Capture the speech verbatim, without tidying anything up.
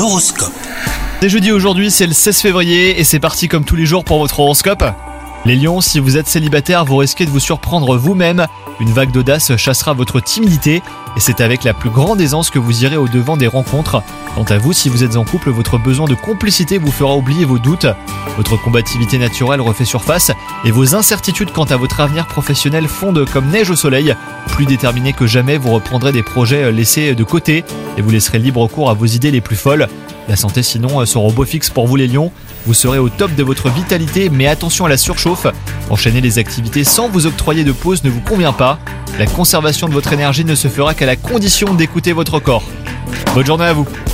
L'horoscope. C'est jeudi aujourd'hui, c'est le seize février et c'est parti comme tous les jours pour votre horoscope. Les lions, si vous êtes célibataire, vous risquez de vous surprendre vous-même. Une vague d'audace chassera votre timidité et c'est avec la plus grande aisance que vous irez au-devant des rencontres. Quant à vous, si vous êtes en couple, votre besoin de complicité vous fera oublier vos doutes. Votre combativité naturelle refait surface et vos incertitudes quant à votre avenir professionnel fondent comme neige au soleil. Plus déterminé que jamais, vous reprendrez des projets laissés de côté et vous laisserez libre cours à vos idées les plus folles. La santé sinon sera au beau fixe pour vous les lions. Vous serez au top de votre vitalité, mais attention à la surchauffe. Enchaîner les activités sans vous octroyer de pause ne vous convient pas. La conservation de votre énergie ne se fera qu'à la condition d'écouter votre corps. Bonne journée à vous.